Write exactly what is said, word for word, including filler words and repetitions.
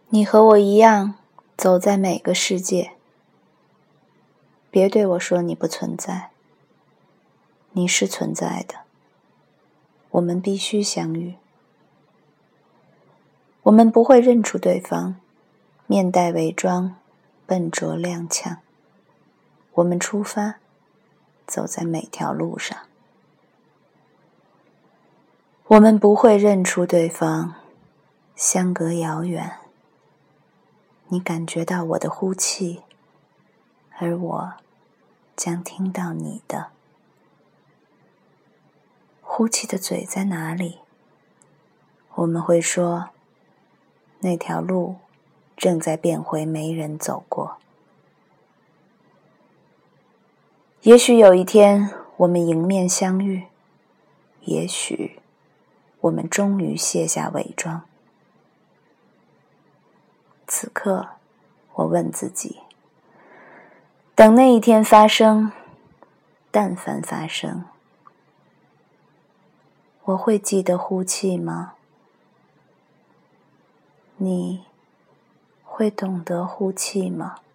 你和我一样走在每个世界，别对我说你不存在，你是存在的，我们必须相遇。我们不会认出对方，面带伪装，笨拙踉跄。我们出发，走在每条路上。我们不会认出对方，相隔遥远。你感觉到我的呼气，而我将听到你的。呼气的嘴在哪里？我们会说，那条路正在变回没人走过。也许有一天我们迎面相遇，也许我们终于卸下伪装。此刻我问自己，等那一天发生，但凡发生，我会记得呼气吗？你会懂得呼气吗？